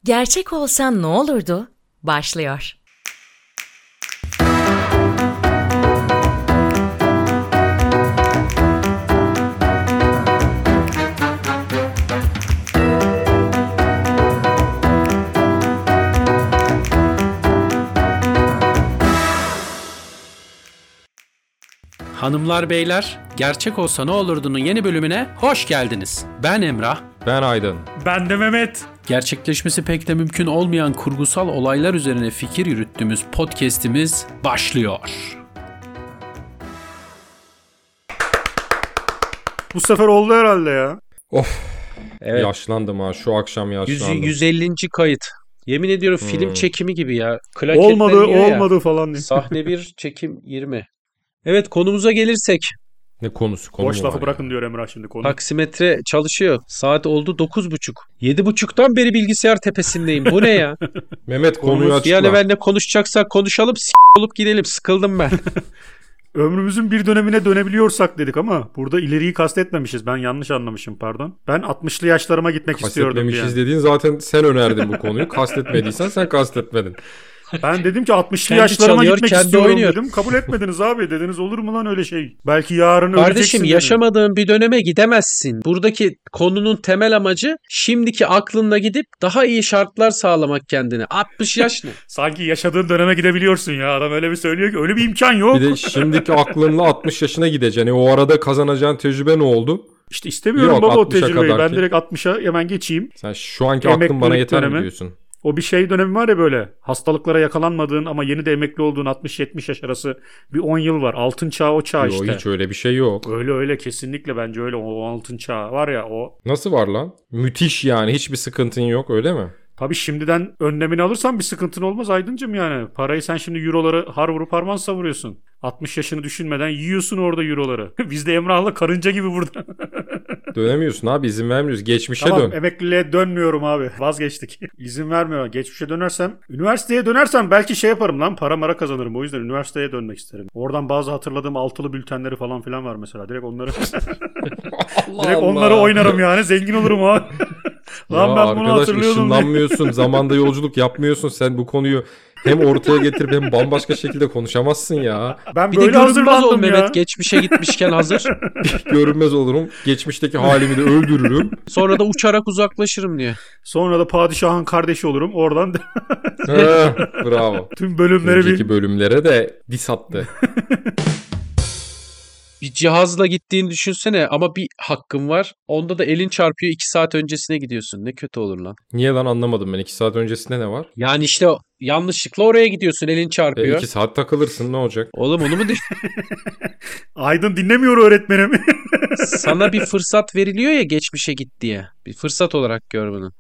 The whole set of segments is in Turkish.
Gerçek olsan ne olurdu? Başlıyor. Hanımlar beyler, Gerçek Olsa Ne Olurdu'nun yeni bölümüne hoş geldiniz. Ben Emrah. Ben Aydın. Ben de Mehmet. Gerçekleşmesi pek de mümkün olmayan kurgusal olaylar üzerine fikir yürüttüğümüz podcast'imiz başlıyor. Bu sefer oldu herhalde ya. Of. Evet. Yaşlandım ha. Şu akşam yaşlandım. 150. kayıt. Yemin ediyorum film çekimi gibi ya. Olmadı falan diye. Sahne 1, çekim 20. Evet, konumuza gelirsek. Ne konusu? Boş lafı bırakın diyor Emrah şimdi konu. Taksimetre çalışıyor. Saat oldu 9.30. 7.30'dan beri bilgisayar tepesindeyim. Bu ne ya? Mehmet konuyu açıkla. Yani ben ne konuşacaksak konuşalım, olup gidelim. Sıkıldım ben. Ömrümüzün bir dönemine dönebiliyorsak dedik ama burada ileriyi kastetmemişiz. Ben yanlış anlamışım, pardon. Ben 60'lı yaşlarıma gitmek istiyordum. Kastetmemişiz dediğin zaten sen önerdin bu konuyu. Kastetmediysen sen kastetmedin. Ben dedim ki 60'lı Kendi yaşlarıma çalıyor, gitmek kendi istiyorum oynuyor. dedim. Kabul etmediniz abi. Dediniz olur mu lan öyle şey? Belki yarın öleceksin. Kardeşim yaşamadığın bir döneme gidemezsin. Buradaki konunun temel amacı şimdiki aklınla gidip daha iyi şartlar sağlamak kendine. 60 yaş ne? Sanki yaşadığın döneme gidebiliyorsun ya. Adam öyle bir söylüyor ki öyle bir imkan yok. Bir de şimdiki aklınla 60 yaşına gideceksin. O arada kazanacağın tecrübe ne oldu? İşte istemiyorum Yok, baba o 60'a tecrübeyi. kadar Ben ki. direkt 60'a hemen geçeyim. Sen şu anki aklın bana yeter mi diyorsun? O bir şey dönemi var ya böyle. Hastalıklara yakalanmadığın ama yeni de emekli olduğun 60-70 yaş arası bir 10 yıl var. Altın çağ o çağ işte. Hiç öyle bir şey yok. Öyle kesinlikle bence öyle. O altın çağ var ya o. Nasıl var lan? Müthiş yani. Hiçbir sıkıntın yok öyle mi? Tabii şimdiden önlemini alırsan bir sıkıntın olmaz Aydıncım yani. Parayı sen şimdi euroları har vurup harman savuruyorsun. 60 yaşını düşünmeden yiyorsun orada euroları. Biz de Emrah'la karınca gibi burada. Dönemiyorsun abi, izin vermiyoruz. Geçmişe Tamam, dön. emekliliğe dönmüyorum abi. Vazgeçtik. İzin vermiyor. Geçmişe dönersem, üniversiteye dönersem belki şey yaparım lan. Para mara kazanırım. O yüzden üniversiteye dönmek isterim. Oradan bazı hatırladığım altılı bültenleri falan filan var mesela. Direkt onları onları oynarım yani. Zengin olurum abi. Lan ben bunu hatırlıyordum. Işınlanmıyorsun. Zamanda yolculuk yapmıyorsun. Sen bu konuyu hem ortaya getirip hem bambaşka şekilde konuşamazsın ya. Ben Bir böyle de görünmez ol hazırlandım ya. Mehmet, geçmişe gitmişken hazır. Görünmez olurum. Geçmişteki halimi de öldürürüm. Sonra da uçarak uzaklaşırım diyor. Sonra da padişahın kardeşi olurum. Oradan Bravo. tüm bölümleri Önceki bölümlere de dis attı. Bir cihazla gittiğini düşünsene ama bir hakkın var. Onda da elin çarpıyor, 2 saat öncesine gidiyorsun. Ne kötü olur lan. Niye lan, anlamadım ben. 2 saat öncesinde ne var? Yani işte yanlışlıkla oraya gidiyorsun, elin çarpıyor. 2 saat takılırsın, ne olacak? Oğlum onu mu Aydın dinlemiyor öğretmenim. Sana bir fırsat veriliyor ya geçmişe git diye. Bir fırsat olarak gör bunu.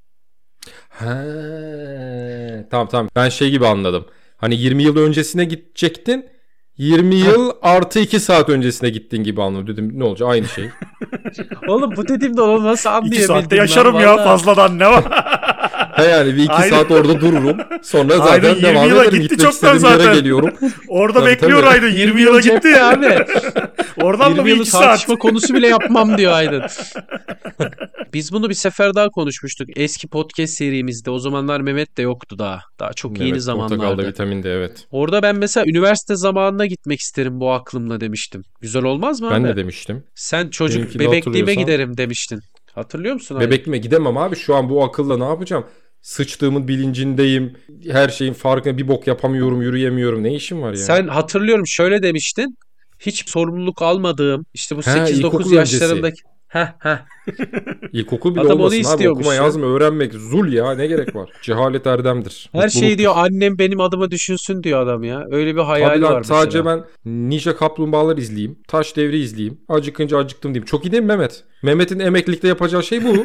Tamam. Ben şey gibi anladım. Hani 20 yıl öncesine gidecektin. 20 yıl artı 2 saat öncesine gittiğin gibi anladım. Dedim ne olacak, aynı şey. Oğlum bu dediğimde onu nasıl 2 anlayabildin? saatte yaşarım ya Vallahi. fazladan ne var? Yani bir 2 Aynen. saat orada dururum. Sonra zaten Aynen, 20 devam yıla ederim. gitti Gitmek çoktan istediğim yere zaten. geliyorum. Orada Tabii, bekliyor tabii. Aydın. 20 yıla gitti ya abi. Oradan da 20 bir yılı 2 saat. tartışma konusu bile yapmam diyor Aydın. Biz bunu bir sefer daha konuşmuştuk. Eski podcast serimizde. O zamanlar Mehmet de yoktu daha. Daha çok yeni Evet, portakalda zamanlarda. vitamin de evet. Orada ben mesela üniversite zamanına gitmek isterim bu aklımla demiştim. Güzel olmaz mı Ben abi? de demiştim. Sen çocuk Benimkini bebekliğime hatırlıyorsan. giderim demiştin. Hatırlıyor musun abi? Bebekliğime gidemem abi. Şu an bu akılla ne yapacağım? Sıçtığımın bilincindeyim. Her şeyin farkında, bir bok yapamıyorum, yürüyemiyorum. Ne işim var yani? Sen hatırlıyorum şöyle demiştin. Hiç sorumluluk almadığım işte bu 8-9 ilkokul yaşlarındaki. İlkokul bile Adam onu olmasın abi. istiyormuş Okuma ya. yazma öğrenmek zul ya. Ne gerek var? Cehalet erdemdir. Her şeyi diyor annem benim adıma düşünsün diyor adam ya. Öyle bir hayali Tabii lan, var sadece mesela. ben Ninja Kaplumbağalar izleyeyim. Taş Devri izleyeyim. Acıkınca acıktım diyeyim. Çok iyi değil mi Mehmet? Mehmet'in emeklilikte yapacağı şey bu.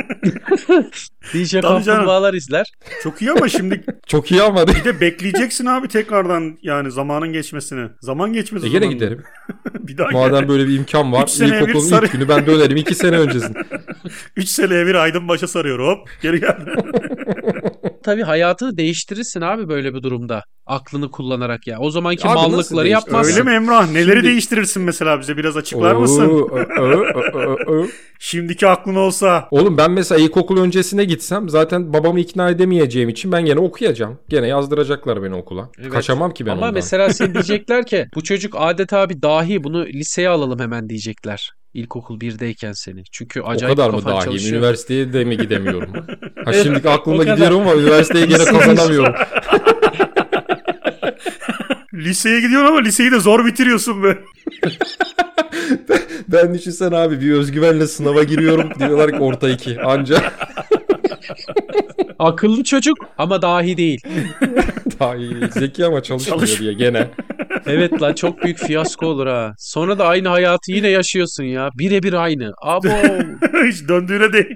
DJ Tabii canım. Kaplumbağalar izler. Çok iyi ama şimdi Çok iyi ama bir de bekleyeceksin abi tekrardan yani zamanın geçmesini. Zaman geçmez o gene zaman. giderim. Bir daha Madem böyle bir imkan var. 3 seneye bir İlkokulun sarı- ilk günü ben dönerim. 2 sene öncesinde. 3 seneye bir Aydın başa sarıyor hop geri geldi. Tabii hayatını değiştirirsin abi böyle bir durumda. Aklını kullanarak ya. O zamanki Abi nasıl mallıkları değişti? yapmazsın. Öyle mi Emrah? Neleri Şimdi- değiştirirsin mesela, bize biraz açıklar mısın? Şimdiki aklın olsa. Oğlum ben mesela ilkokul öncesine gitsem zaten babamı ikna edemeyeceğim için ben gene okuyacağım. Gene yazdıracaklar beni okula. Evet. Kaçamam ki ben Ama ondan. mesela sen diyecekler ki bu çocuk adeta bir dahi, bunu liseye alalım hemen diyecekler. İlkokul 1'deyken seni. Çünkü O acayip kadar mı kafan dahiyim? çalışıyor. Üniversiteye de mi gidemiyorum? Ha Evet, şimdiki o aklımda kadar. gidiyorum ama üniversiteye gene kazanamıyorum. Liseye gidiyorsun ama liseyi de zor bitiriyorsun be. Ben düşünsene abi bir özgüvenle sınava giriyorum. Diyorlar ki orta 2 anca. Akıllı çocuk ama dahi değil. Dahi zeki ama çalışmıyor diye gene. Evet lan, çok büyük fiyasko olur ha. Sonra da aynı hayatı yine yaşıyorsun ya. Birebir aynı. Abo. Hiç döndüğüne değil.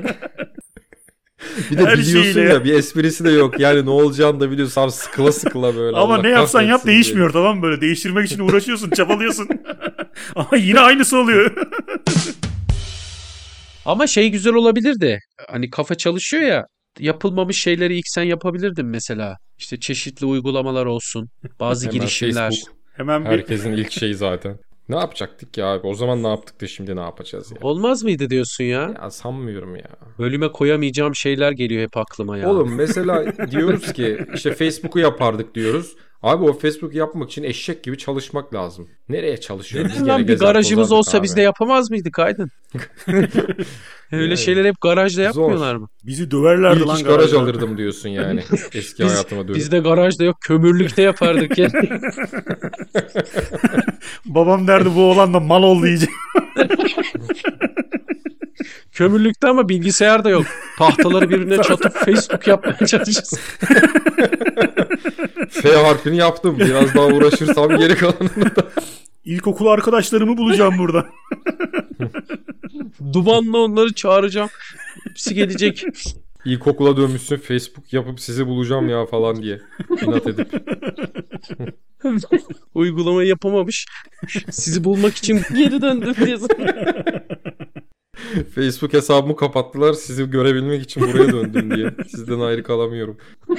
Bir de Her biliyorsun şeyle. ya bir esprisi de yok. Yani ne olacağını da biliyorsun. Abi sıkıla sıkıla böyle. Ama Allah ne yapsan yap kahretsin diye. değişmiyor, tamam mı? Böyle değiştirmek için uğraşıyorsun, çabalıyorsun. Ama yine aynısı oluyor. Ama şey güzel olabilirdi. Hani kafa çalışıyor ya. Yapılmamış şeyleri ilk sen yapabilirdin mesela. İşte çeşitli uygulamalar olsun. Bazı Hemen girişimler. Facebook. Hemen bir Herkesin ilk şeyi zaten. Ne yapacaktık ya abi? O zaman ne yaptık da şimdi ne yapacağız ya? Olmaz mıydı diyorsun ya? Ya sanmıyorum ya. Bölüme koyamayacağım şeyler geliyor hep aklıma ya. Oğlum mesela diyoruz ki işte Facebook'u yapardık diyoruz. Abi o Facebook yapmak için eşek gibi çalışmak lazım. Nereye çalışıyoruz? Biz Lan gene bir gezer garajımız tozardık olsa abi. biz de yapamaz mıydık Aydın? Öyle Yani. şeyler hep garajda yapmıyorlar mı? bizi döverlerdi İlk lan iş garaj garajda. alırdım diyorsun yani. Eski hayatıma dönüp. Biz de garajda yok, kömürlükte yapardık ya. Babam derdi bu oğlan da mal oldu iyice. Kömürlükte ama bilgisayar da yok. Tahtaları birbirine çatıp Facebook yapmaya çalışacağız. F harfini yaptım. Biraz daha uğraşırsam geri kalanını da. İlkokul arkadaşlarımı bulacağım burada. Dumanla onları çağıracağım. Hepsi gelecek. İlkokula dönmüşsün Facebook yapıp sizi bulacağım ya falan diye. İnat edip. Uygulamayı yapamamış. Sizi bulmak için geri döndüm diyorsun. Facebook hesabımı kapattılar. Sizi görebilmek için buraya döndüm diye. Sizden ayrı kalamıyorum.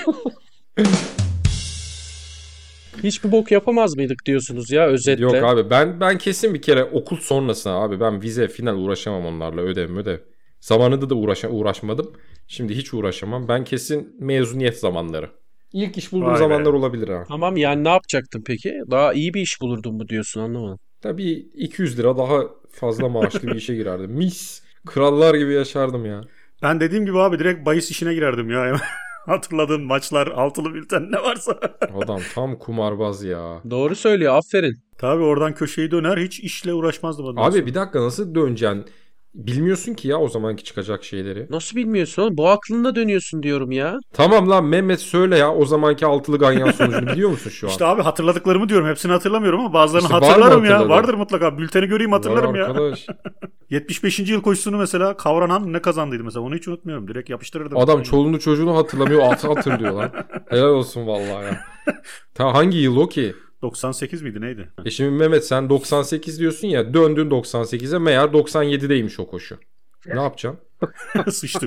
Hiçbir bok yapamaz mıydık diyorsunuz ya özetle. Yok abi ben kesin bir kere okul sonrasına abi ben vize final uğraşamam onlarla ödev. Zamanında da uğraşmadım. Şimdi hiç uğraşamam. Ben kesin mezuniyet zamanları. İlk iş bulduğum Vay be. zamanlar olabilir ha. Tamam, yani ne yapacaktın peki? Daha iyi bir iş bulurdun mu diyorsun, anlamadım. Tabii 200 lira daha fazla maaşlı bir işe girerdim. Mis. Krallar gibi yaşardım ya. Ben dediğim gibi abi direkt bahis işine girerdim ya. Hatırladığın maçlar, altılı bülten ne varsa. Adam tam kumarbaz ya. Doğru söylüyor, aferin. Tabii oradan köşeyi döner, hiç işle uğraşmazdım. ondan Abi sonra. bir dakika nasıl döneceksin? Bilmiyorsun ki ya o zamanki çıkacak şeyleri. Nasıl bilmiyorsun oğlum? Bu aklında dönüyorsun diyorum ya. Tamam lan Mehmet söyle ya o zamanki altılı ganyan sonucunu biliyor musun şu an? İşte abi hatırladıklarımı diyorum. Hepsini hatırlamıyorum ama bazılarını İşte var mı hatırlarım ya. hatırladığın? Vardır mutlaka. Bülteni göreyim hatırlarım Var ya. arkadaş. 75. yıl koşusunu mesela Kavranan ne kazandıydı mesela. Onu hiç unutmuyorum. Direkt yapıştırırdım. Adam çoluğunu çocuğunu hatırlamıyor atı hatırlıyor lan. Helal olsun vallahi ya. Ta hangi yıl o ki? 98 miydi neydi? Şimdi Mehmet sen 98 diyorsun ya döndün 98'e meğer 97'deymiş o koşu. Ne yapacaksın? Sıçtık.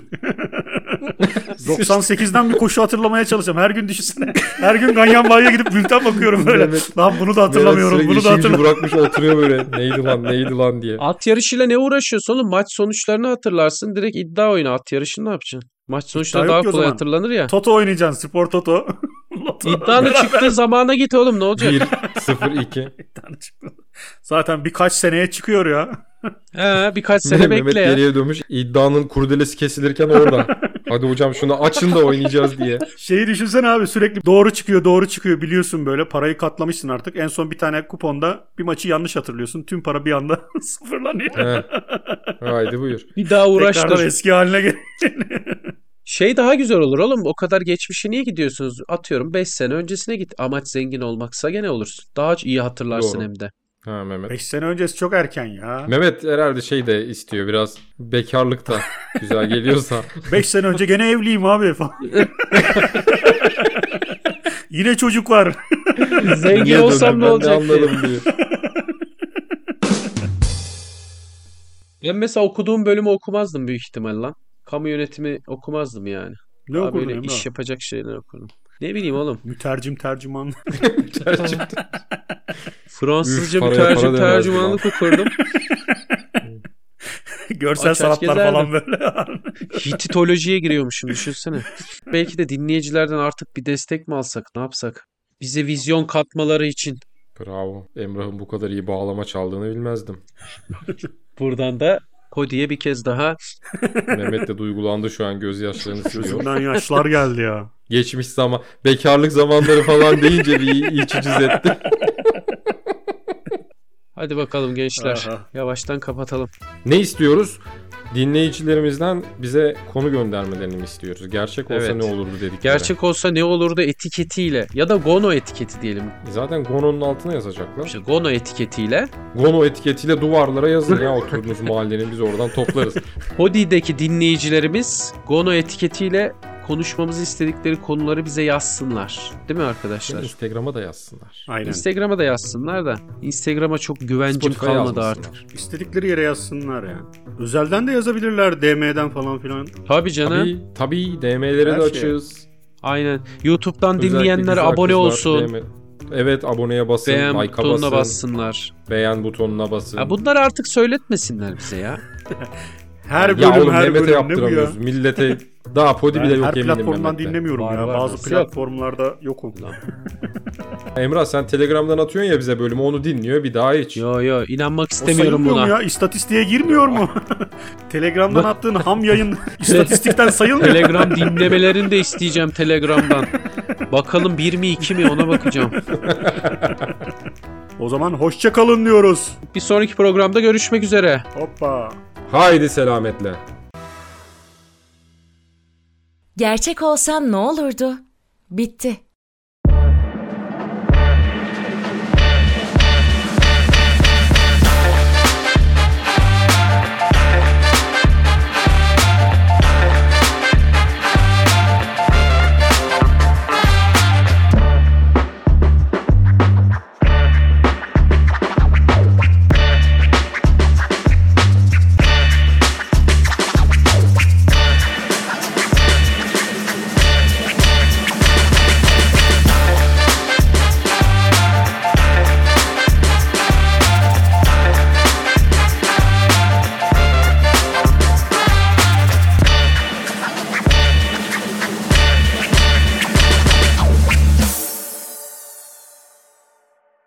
98'den bir koşu hatırlamaya çalışacağım. Her gün düşünsene. Her gün Ganyan Bayı'ya gidip bülten bakıyorum böyle. Mehmet- Lan bunu da hatırlamıyorum. Mehmet Bunu da sürekli işi gücü hatırlamıyorum. bırakmış oturuyor böyle. Neydi lan diye. At yarışıyla ne uğraşıyorsun oğlum? Maç sonuçlarını hatırlarsın. Direkt iddia oyunu. At yarışını ne yapacaksın? Maç sonuçları yok daha ki o kolay zaman. hatırlanır ya. Toto oynayacaksın. Spor Toto. Loto. İddianın çıktığı zamana git oğlum, ne olacak? 1-0-2. İddianın çıktı. Zaten birkaç seneye çıkıyor ya. He, birkaç sene Mehmet bekle ya. geriye dönmüş. İddianın kurdelesi kesilirken orada. Hadi hocam şunu açın da oynayacağız diye. Şeyi düşünsene abi, sürekli doğru çıkıyor biliyorsun böyle. Parayı katlamışsın artık. En son bir tane kuponda bir maçı yanlış hatırlıyorsun. Tüm para bir anda sıfırlanıyor. He. Haydi buyur. Bir daha Tekrardan uğraştır. eski haline gel. Şey daha güzel olur oğlum. O kadar geçmişe niye gidiyorsunuz? Atıyorum 5 sene öncesine git. Amaç zengin olmaksa gene olursun. Daha iyi hatırlarsın Doğru. hem de. Ha Mehmet. 5 sene öncesi çok erken ya. Mehmet herhalde şey de istiyor biraz bekarlık da güzel geliyorsa. 5 sene önce gene evliyim abi falan. Yine çocuk var. Zengin Niye olsam döndüm ne ben de olacak diye. anladım diyor. Ben mesela okuduğum bölümü okumazdım büyük ihtimal lan. Kamu yönetimi okumazdım yani. Ne Daha okudun böyle Emrah? iş yapacak şeyler okurdum. Ne bileyim oğlum. Mütercim tercüman. Fransızca Üf, paraya para mütercim demezdi tercümanlık okurdum. Görsel Aç sanatlar gezerdim. falan böyle. Hititolojiye giriyormuşum düşünsene. Belki de dinleyicilerden artık bir destek mi alsak, ne yapsak? Bize vizyon katmaları için. Bravo. Emrah'ın bu kadar iyi bağlama çaldığını bilmezdim. Buradan da Cody'ye bir kez daha Mehmet de duygulandı şu an, gözyaşlarını siliyor. Gözümden yaşlar geldi ya. Geçmiş zaman, bekarlık zamanları falan deyince bir iç cüz etti. hadi bakalım gençler. Aha. Yavaştan kapatalım. Ne istiyoruz? Dinleyicilerimizden bize konu göndermelerini mi istiyoruz? Gerçek olsa Evet. ne olurdu dedikleri. Gerçek olsa ne olurdu etiketiyle ya da Gono etiketi diyelim. Zaten Gono'nun altına yazacaklar. İşte Gono etiketiyle Gono etiketiyle duvarlara yazın ya oturduğunuz mahallenin, biz oradan toplarız. Cody'deki dinleyicilerimiz Gono etiketiyle konuşmamızı istedikleri konuları bize yazsınlar. Değil mi arkadaşlar? Instagram'a da yazsınlar. Aynen. Instagram'a da yazsınlar da Instagram'a çok güvencim Spotify'a kalmadı yazmasınlar. artık. İstedikleri yere yazsınlar ya. Özelden de yazabilirler, DM'den falan filan. Tabii canım. Tabii DM'leri Her de şey. açığız. Aynen. YouTube'dan Özellikle dinleyenler güzel abone kızlar, olsun. DM. Evet, aboneye basın, Beğen like'a butonuna basın, bassınlar. beğen butonuna basın. Ya bunları artık söyletmesinler bize ya. Her Ya bölüm oğlum, her Mehmet'e bölüm ne bu ya? yaptıramıyoruz. Millete daha podi bile Ben yok her eminim platformdan Mehmet'te. dinlemiyorum Var, ya. var. Bazı Nasıl yok? platformlarda yokum. Emrah, sen Telegram'dan atıyorsun ya bize bölümü, onu dinliyor bir daha hiç. Yo inanmak O istemiyorum sayılmıyor mu buna. ya? İstatistiğe girmiyor mu? Telegram'dan attığın ham yayın istatistikten sayılmıyor. Telegram dinlemelerini de isteyeceğim Telegram'dan. Bakalım 1 mi 2 mi ona bakacağım. O zaman hoşça kalın diyoruz. Bir sonraki programda görüşmek üzere. Hoppa. Haydi selametle. Gerçek olsan ne olurdu? Bitti.